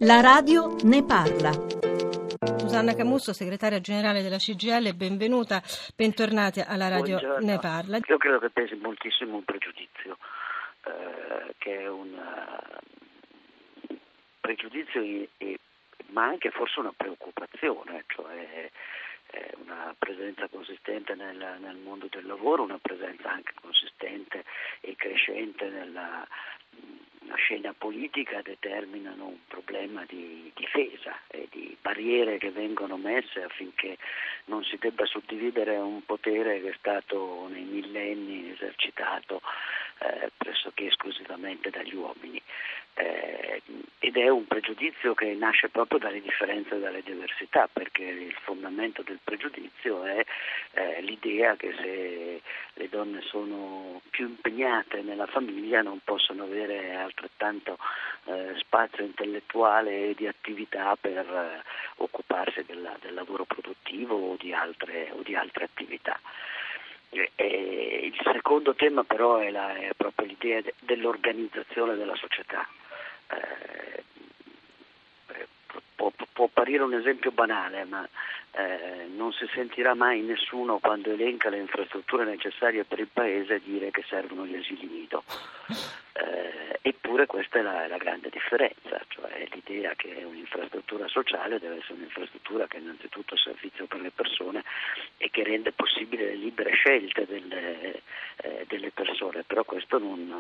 La radio ne parla. Susanna Camusso, segretaria generale della CGIL, benvenuta, bentornati alla radio. Buongiorno. Ne parla. Io credo che pesi moltissimo un pregiudizio, che è un pregiudizio ma anche forse una preoccupazione, cioè una presenza consistente nel mondo del lavoro, una presenza anche consistente e crescente nella scena politica determinano un problema di difesa e di barriere che vengono messe affinché non si debba suddividere un potere che è stato nei millenni esercitato pressoché esclusivamente dagli uomini. Ed è un pregiudizio che nasce proprio dalle differenze e dalle diversità, perché il fondamento del pregiudizio è l'idea che se le donne sono più impegnate nella famiglia non possono avere altrettanto spazio intellettuale e di attività per occuparsi del lavoro produttivo o di altre attività. Il secondo tema però è proprio l'idea dell'organizzazione della società. Può apparire un esempio banale, ma non si sentirà mai nessuno, quando elenca le infrastrutture necessarie per il paese, dire che servono gli asili nido. Eppure questa è la grande differenza, cioè l'idea che un'infrastruttura sociale deve essere un'infrastruttura che innanzitutto è servizio per le persone e che rende possibile le libere scelte delle persone, però questo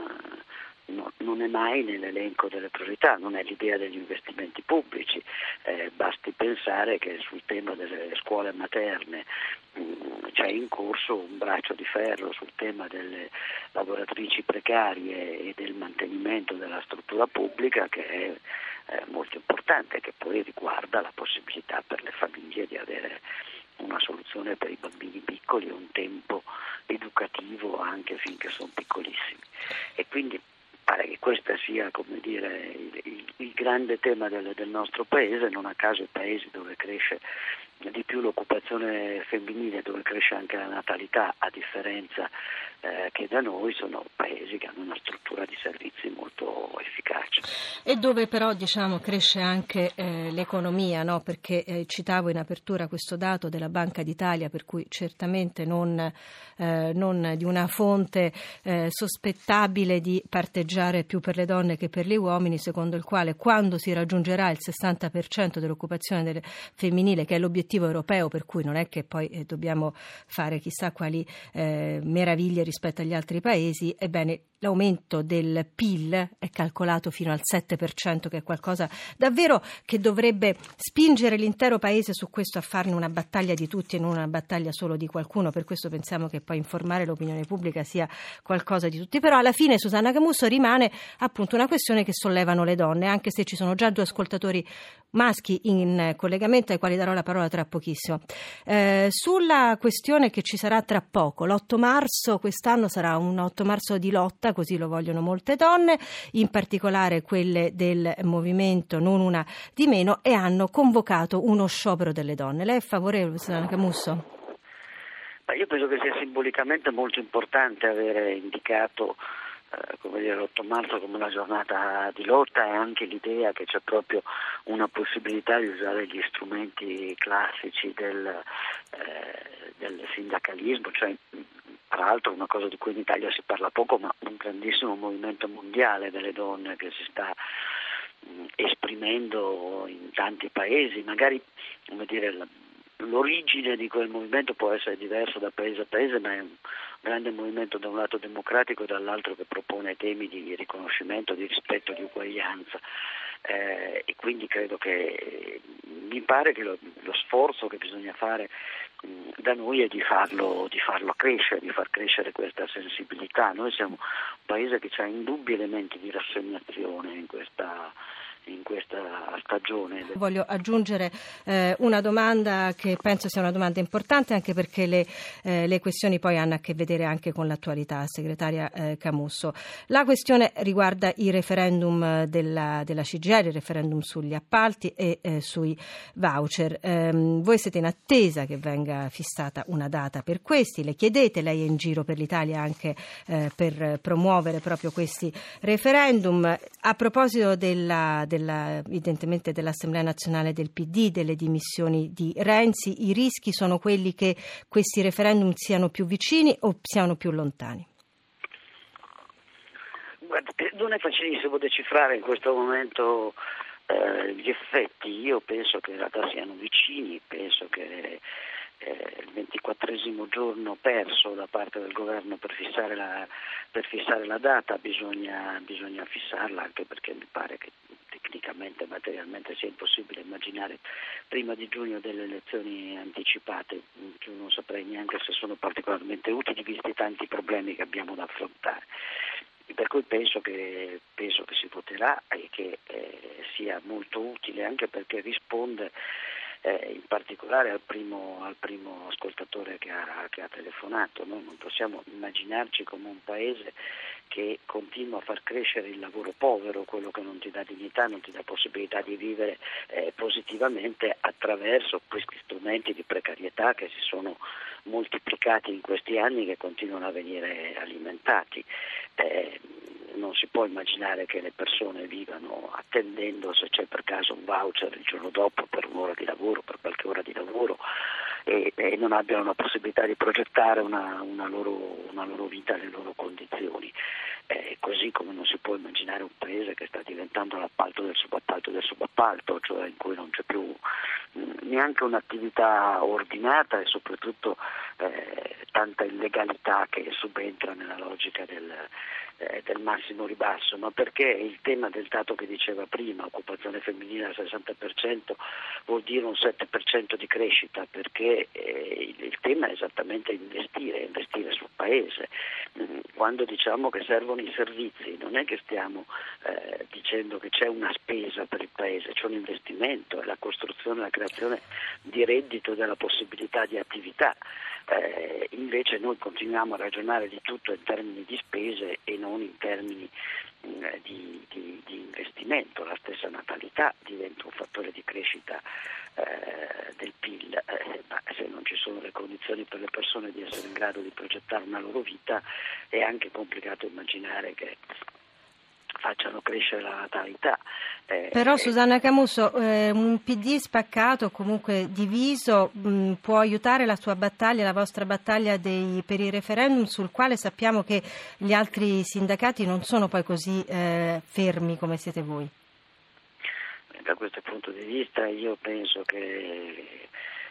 non è mai nell'elenco delle priorità, non è l'idea degli investimenti pubblici. Basti pensare che sul tema delle scuole materne c'è in corso un braccio di ferro sul tema delle lavoratrici precarie e del mantenimento della struttura pubblica, che è molto importante, che poi riguarda la possibilità per le famiglie di avere una soluzione per i bambini piccoli e un tempo educativo anche finché sono piccolissimi. E quindi pare che questo sia, come dire, il grande tema del nostro paese. Non a caso i paesi dove cresce di più l'occupazione femminile, dove cresce anche la natalità, a differenza che da noi, sono paesi che hanno una struttura di servizi molto efficace. E dove però cresce anche l'economia, no? Perché citavo in apertura questo dato della Banca d'Italia, per cui certamente non di una fonte sospettabile di parteggiare più per le donne che per gli uomini, secondo il quale quando si raggiungerà il 60% dell'occupazione femminile, che è l'obiettivo europeo, per cui non è che poi dobbiamo fare chissà quali meraviglie rispetto agli altri paesi, ebbene l'aumento del PIL è calcolato fino al 7%, che è qualcosa davvero che dovrebbe spingere l'intero paese su questo, a farne una battaglia di tutti e non una battaglia solo di qualcuno. Per questo pensiamo che poi informare l'opinione pubblica sia qualcosa di tutti. Però alla fine, Susanna Camusso, rimane appunto una questione che sollevano le donne, anche se ci sono già 2 ascoltatori maschi in collegamento ai quali darò la parola tra pochissimo. Sulla questione che ci sarà tra poco, l'8 marzo, quest'anno sarà un 8 marzo di lotta, così lo vogliono molte donne, in particolare quelle del movimento Non Una di Meno, e hanno convocato uno sciopero delle donne. Lei è favorevole, Susanna Camusso? Io penso che sia simbolicamente molto importante avere indicato l'8 marzo come una giornata di lotta, e anche l'idea che c'è proprio una possibilità di usare gli strumenti classici del sindacalismo, cioè tra l'altro una cosa di cui in Italia si parla poco, ma un grandissimo movimento mondiale delle donne che si sta esprimendo in tanti paesi. Magari, l'origine di quel movimento può essere diverso da paese a paese, ma è un grande movimento da un lato democratico e dall'altro che propone temi di riconoscimento, di rispetto, di uguaglianza. E quindi credo che mi pare che lo sforzo che bisogna fare da noi è di farlo crescere, di far crescere questa sensibilità. Noi siamo un paese che ha indubbi elementi di rassegnazione in questa stagione. Voglio aggiungere una domanda che penso sia una domanda importante, anche perché le questioni poi hanno a che vedere anche con l'attualità, segretaria Camusso. La questione riguarda i referendum della CGIL, il referendum sugli appalti e sui voucher. Voi siete in attesa che venga fissata una data per questi, le chiedete, lei è in giro per l'Italia anche per promuovere proprio questi referendum. A proposito evidentemente Presidente dell'Assemblea Nazionale del PD, delle dimissioni di Renzi. I rischi sono quelli che questi referendum siano più vicini o siano più lontani? Guarda, non è facilissimo decifrare in questo momento gli effetti. Io penso che in realtà siano vicini, penso che il 24esimo giorno perso da parte del governo per fissare la data bisogna fissarla, anche perché mi pare che tecnicamente e materialmente sia impossibile immaginare prima di giugno delle elezioni anticipate, che non saprei neanche se sono particolarmente utili visti tanti problemi che abbiamo da affrontare. Per cui penso che si voterà e che sia molto utile, anche perché risponde in particolare al primo ascoltatore che ha telefonato. Noi non possiamo immaginarci come un paese che continua a far crescere il lavoro povero, quello che non ti dà dignità, non ti dà possibilità di vivere positivamente attraverso questi strumenti di precarietà che si sono moltiplicati in questi anni, che continuano a venire alimentati. Non si può immaginare che le persone vivano attendendo se c'è per caso un voucher il giorno dopo per un'ora di lavoro, per qualche ora di lavoro, e non abbiano la possibilità di progettare una loro vita, le loro condizioni. Così come non si può immaginare un paese che sta diventando l'appalto del subappalto, cioè in cui non c'è più neanche un'attività ordinata e soprattutto tanta illegalità che subentra nella logica del massimo ribasso, ma perché il tema del dato che diceva prima, occupazione femminile al 60%, vuol dire un 7% di crescita, perché il tema è esattamente investire sul paese. Quando diciamo che servono i servizi, non è che stiamo dicendo che c'è una spesa per il paese, c'è un investimento, è la costruzione, la creazione di reddito, della possibilità di attività. Invece noi continuiamo a ragionare di tutto in termini di spese e non in termini di investimento. La stessa natalità diventa un fattore di crescita del PIL, ma se non ci sono le condizioni per le persone di essere in grado di progettare una loro vita, è anche complicato immaginare che facciano crescere la natalità. Però Susanna Camusso, un PD spaccato, comunque diviso, può aiutare la sua battaglia, la vostra battaglia per i referendum, sul quale sappiamo che gli altri sindacati non sono poi così fermi come siete voi? Da questo punto di vista io penso che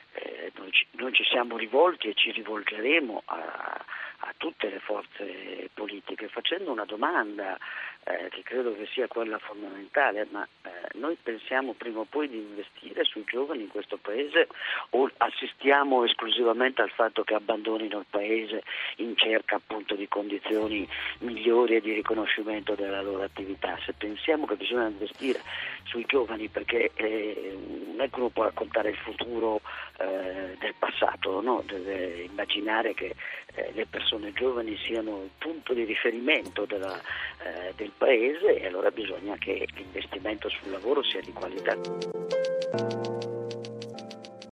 noi ci siamo rivolti e ci rivolgeremo a tutte le forze politiche facendo una domanda che credo che sia quella fondamentale, ma noi pensiamo prima o poi di investire sui giovani in questo paese o assistiamo esclusivamente al fatto che abbandonino il paese in cerca appunto di condizioni migliori e di riconoscimento della loro attività? Se pensiamo che bisogna investire sui giovani, perché non è che uno può raccontare il futuro del passato, no? Deve immaginare che le persone giovani siano il punto di riferimento del paese, e allora bisogna che l'investimento sul lavoro sia di qualità.